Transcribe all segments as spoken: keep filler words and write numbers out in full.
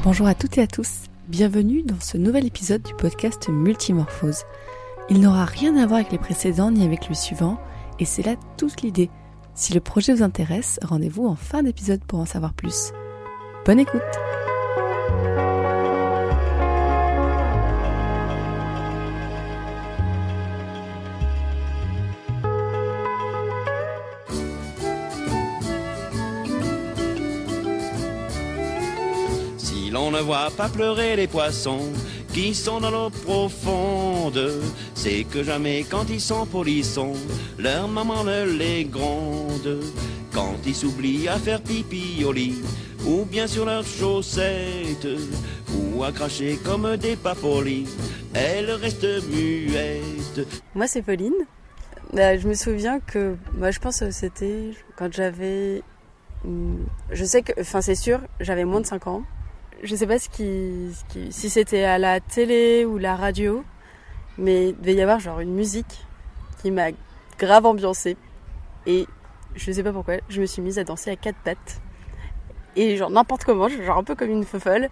Bonjour à toutes et à tous, bienvenue dans ce nouvel épisode du podcast Multimorphose. Il n'aura rien à voir avec les précédents ni avec le suivant, et c'est là toute l'idée. Si le projet vous intéresse, rendez-vous en fin d'épisode pour en savoir plus. Bonne écoute! Si l'on ne voit pas pleurer les poissons qui sont dans l'eau profonde, c'est que jamais quand ils sont polissons, leur maman ne les gronde. Quand ils s'oublient à faire pipi au lit, ou bien sur leurs chaussettes, ou à cracher comme des papolis, elles restent muettes. Moi c'est Pauline. Euh, je me souviens que, moi je pense que c'était quand j'avais, je sais que, enfin c'est sûr, j'avais moins de cinq ans. Je sais pas ce qui, ce qui, si c'était à la télé ou la radio, mais il devait y avoir genre une musique qui m'a grave ambiancée. Et je sais pas pourquoi, je me suis mise à danser à quatre pattes. Et genre n'importe comment, genre un peu comme une fofolle.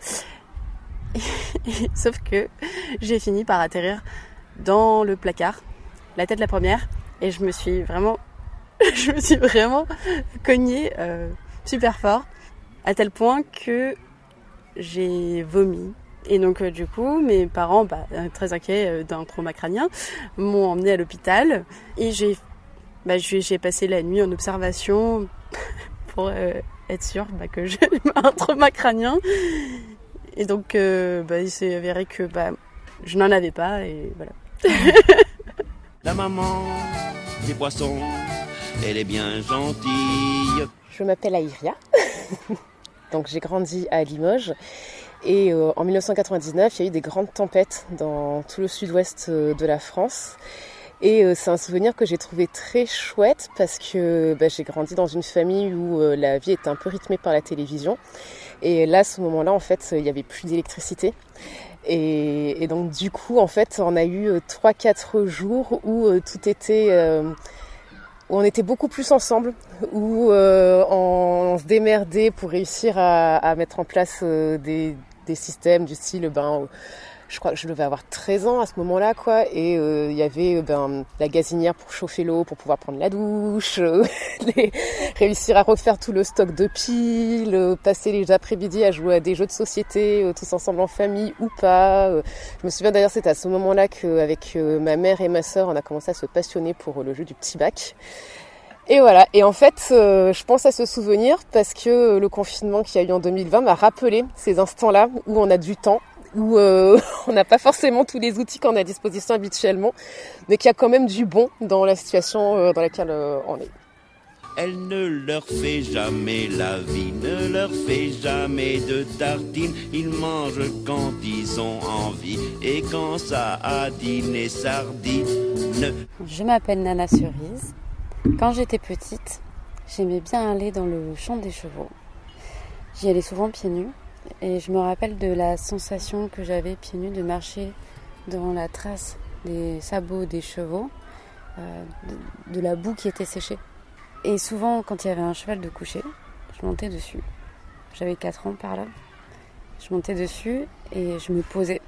Et, sauf que j'ai fini par atterrir dans le placard, la tête la première. Et je me suis vraiment, je me suis vraiment cognée euh, super fort. À tel point que j'ai vomi. Et donc euh, du coup, mes parents, bah, très inquiets euh, d'un trauma crânien, m'ont emmenée à l'hôpital. Et j'ai, bah, j'ai, j'ai passé la nuit en observation pour euh, être sûre bah, que j'ai un trauma crânien. Et donc, euh, bah, il s'est avéré que bah, je n'en avais pas. Et voilà. La maman des poissons, elle est bien gentille. Je m'appelle Aïria. Donc j'ai grandi à Limoges et euh, en dix-neuf cent quatre-vingt-dix-neuf, il y a eu des grandes tempêtes dans tout le sud-ouest euh, de la France. Et euh, c'est un souvenir que j'ai trouvé très chouette parce que bah, j'ai grandi dans une famille où euh, la vie était un peu rythmée par la télévision. Et là, à ce moment-là, en fait, il n'y avait plus d'électricité. Et, et donc du coup, en fait, on a eu euh, trois quatre jours où euh, tout était... Euh, où on était beaucoup plus ensemble, où euh, on, on se démerdait pour réussir à, à mettre en place euh, des, des systèmes du style, ben, je crois que je devais avoir treize ans à ce moment-là, quoi, et euh, il y avait ben, la gazinière pour chauffer l'eau, pour pouvoir prendre la douche, euh, les, réussir à refaire tout le stock de piles, euh, passer les après-midi à jouer à des jeux de société, euh, tous ensemble en famille ou pas. Euh, je me souviens d'ailleurs, c'était à ce moment-là qu'avec euh, ma mère et ma sœur, on a commencé à se passionner pour euh, le jeu du petit bac. Et voilà, et en fait, euh, je pense à ce souvenir parce que le confinement qu'il y a eu en deux mille vingt m'a rappelé ces instants-là où on a du temps, où euh, on n'a pas forcément tous les outils qu'on a à disposition habituellement, mais qu'il y a quand même du bon dans la situation euh, dans laquelle euh, on est. Elle ne leur fait jamais la vie, ne leur fait jamais de tartines. Ils mangent quand ils ont envie et quand ça a dîné sardines. Je m'appelle Nana Cerise. Quand j'étais petite, j'aimais bien aller dans le champ des chevaux. J'y allais souvent pieds nus. Et je me rappelle de la sensation que j'avais pieds nus de marcher dans la trace des sabots des chevaux, euh, de, de la boue qui était séchée. Et souvent, quand il y avait un cheval de coucher, je montais dessus. J'avais quatre ans par là. Je montais dessus et je me posais.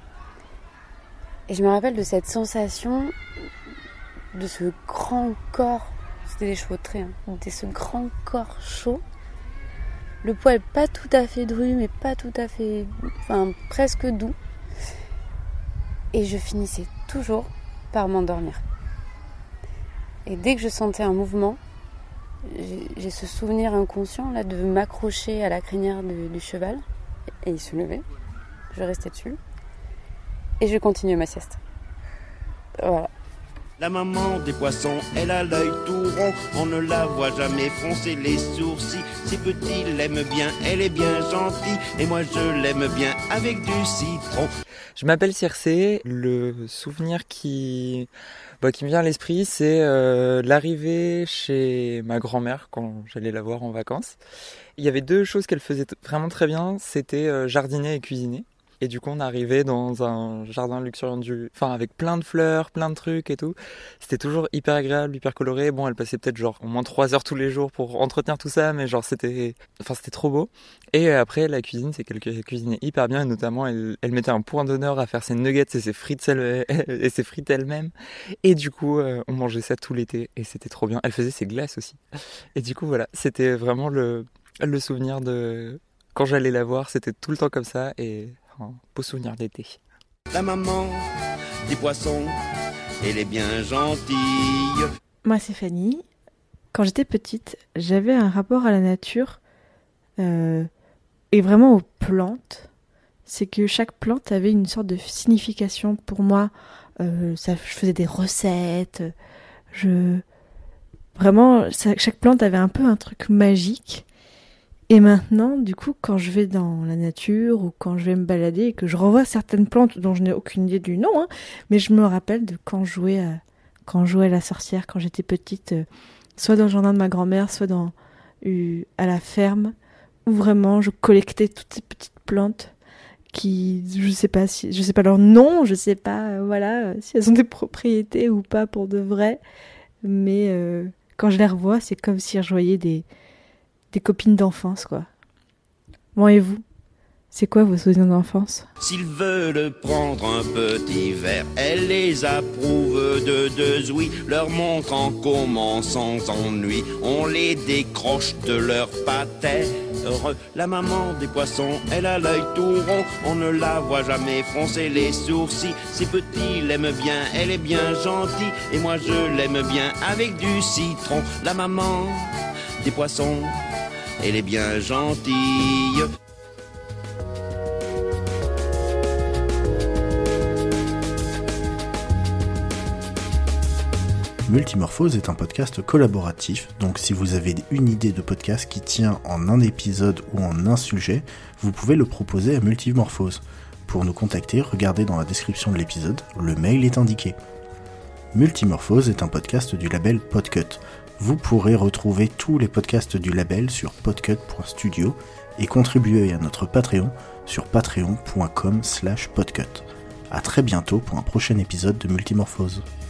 Et je me rappelle de cette sensation de ce grand corps, c'était des chevaux de trait, hein, de ce grand corps chaud. Le poil pas tout à fait dru, mais pas tout à fait... Enfin, presque doux. Et je finissais toujours par m'endormir. Et dès que je sentais un mouvement, j'ai, j'ai ce souvenir inconscient là de m'accrocher à la crinière de, du cheval. Et il se levait. Je restais dessus. Et je continuais ma sieste. Voilà. La maman des poissons, elle a l'œil tout rond. On ne la voit jamais froncer les sourcils. Ses petits l'aiment bien, elle est bien gentille. Et moi je l'aime bien avec du citron. Je m'appelle Circé. Le souvenir qui, bah, qui me vient à l'esprit, c'est euh, l'arrivée chez ma grand-mère quand j'allais la voir en vacances. Il y avait deux choses qu'elle faisait t- vraiment très bien. C'était euh, jardiner et cuisiner. Et du coup, on arrivait dans un jardin luxuriant du... Enfin, avec plein de fleurs, plein de trucs et tout. C'était toujours hyper agréable, hyper coloré. Bon, elle passait peut-être genre au moins trois heures tous les jours pour entretenir tout ça, mais genre c'était... Enfin, c'était trop beau. Et après, la cuisine, c'est qu'elle cuisinait hyper bien. Et notamment, elle, elle mettait un point d'honneur à faire ses nuggets et ses frites, elle... et ses frites elle-même. Et du coup, euh, on mangeait ça tout l'été. Et c'était trop bien. Elle faisait ses glaces aussi. Et du coup, voilà, c'était vraiment le, le souvenir de... Quand j'allais la voir, c'était tout le temps comme ça. Et... un beau souvenir d'été. La maman des poissons, elle est bien gentille. Moi, c'est Fanny. Quand j'étais petite, j'avais un rapport à la nature euh, et vraiment aux plantes. C'est que chaque plante avait une sorte de signification pour moi. Euh, ça, je faisais des recettes. Je... Vraiment, ça, chaque plante avait un peu un truc magique. Et maintenant, du coup, quand je vais dans la nature ou quand je vais me balader et que je revois certaines plantes dont je n'ai aucune idée du nom, hein, mais je me rappelle de quand je jouais à, quand je jouais à la sorcière, quand j'étais petite, euh, soit dans le jardin de ma grand-mère, soit dans, euh, à la ferme, où vraiment je collectais toutes ces petites plantes qui, je sais pas si, je sais pas leur nom, je sais pas, euh, voilà, euh, si elles ont des propriétés ou pas pour de vrai, mais euh, quand je les revois, c'est comme si je voyais des Des copines d'enfance, quoi. Bon, et vous ? C'est quoi vos souvenirs d'enfance ? S'ils veulent prendre un petit verre, elle les approuve de deux ouïes, leur montrant comment sans ennui on les décroche de leur patère. La maman des poissons, elle a l'œil tout rond, on ne la voit jamais froncer les sourcils. Ces petits l'aiment bien, elle est bien gentille, et moi je l'aime bien avec du citron. La maman des poissons, elle est bien gentille. Multimorphose est un podcast collaboratif, donc si vous avez une idée de podcast qui tient en un épisode ou en un sujet, vous pouvez le proposer à Multimorphose. Pour nous contacter, regardez dans la description de l'épisode, le mail est indiqué. Multimorphose est un podcast du label Podcut. Vous pourrez retrouver tous les podcasts du label sur podcut point studio et contribuer à notre Patreon sur patreon point com slash podcut. À très bientôt pour un prochain épisode de Multimorphose.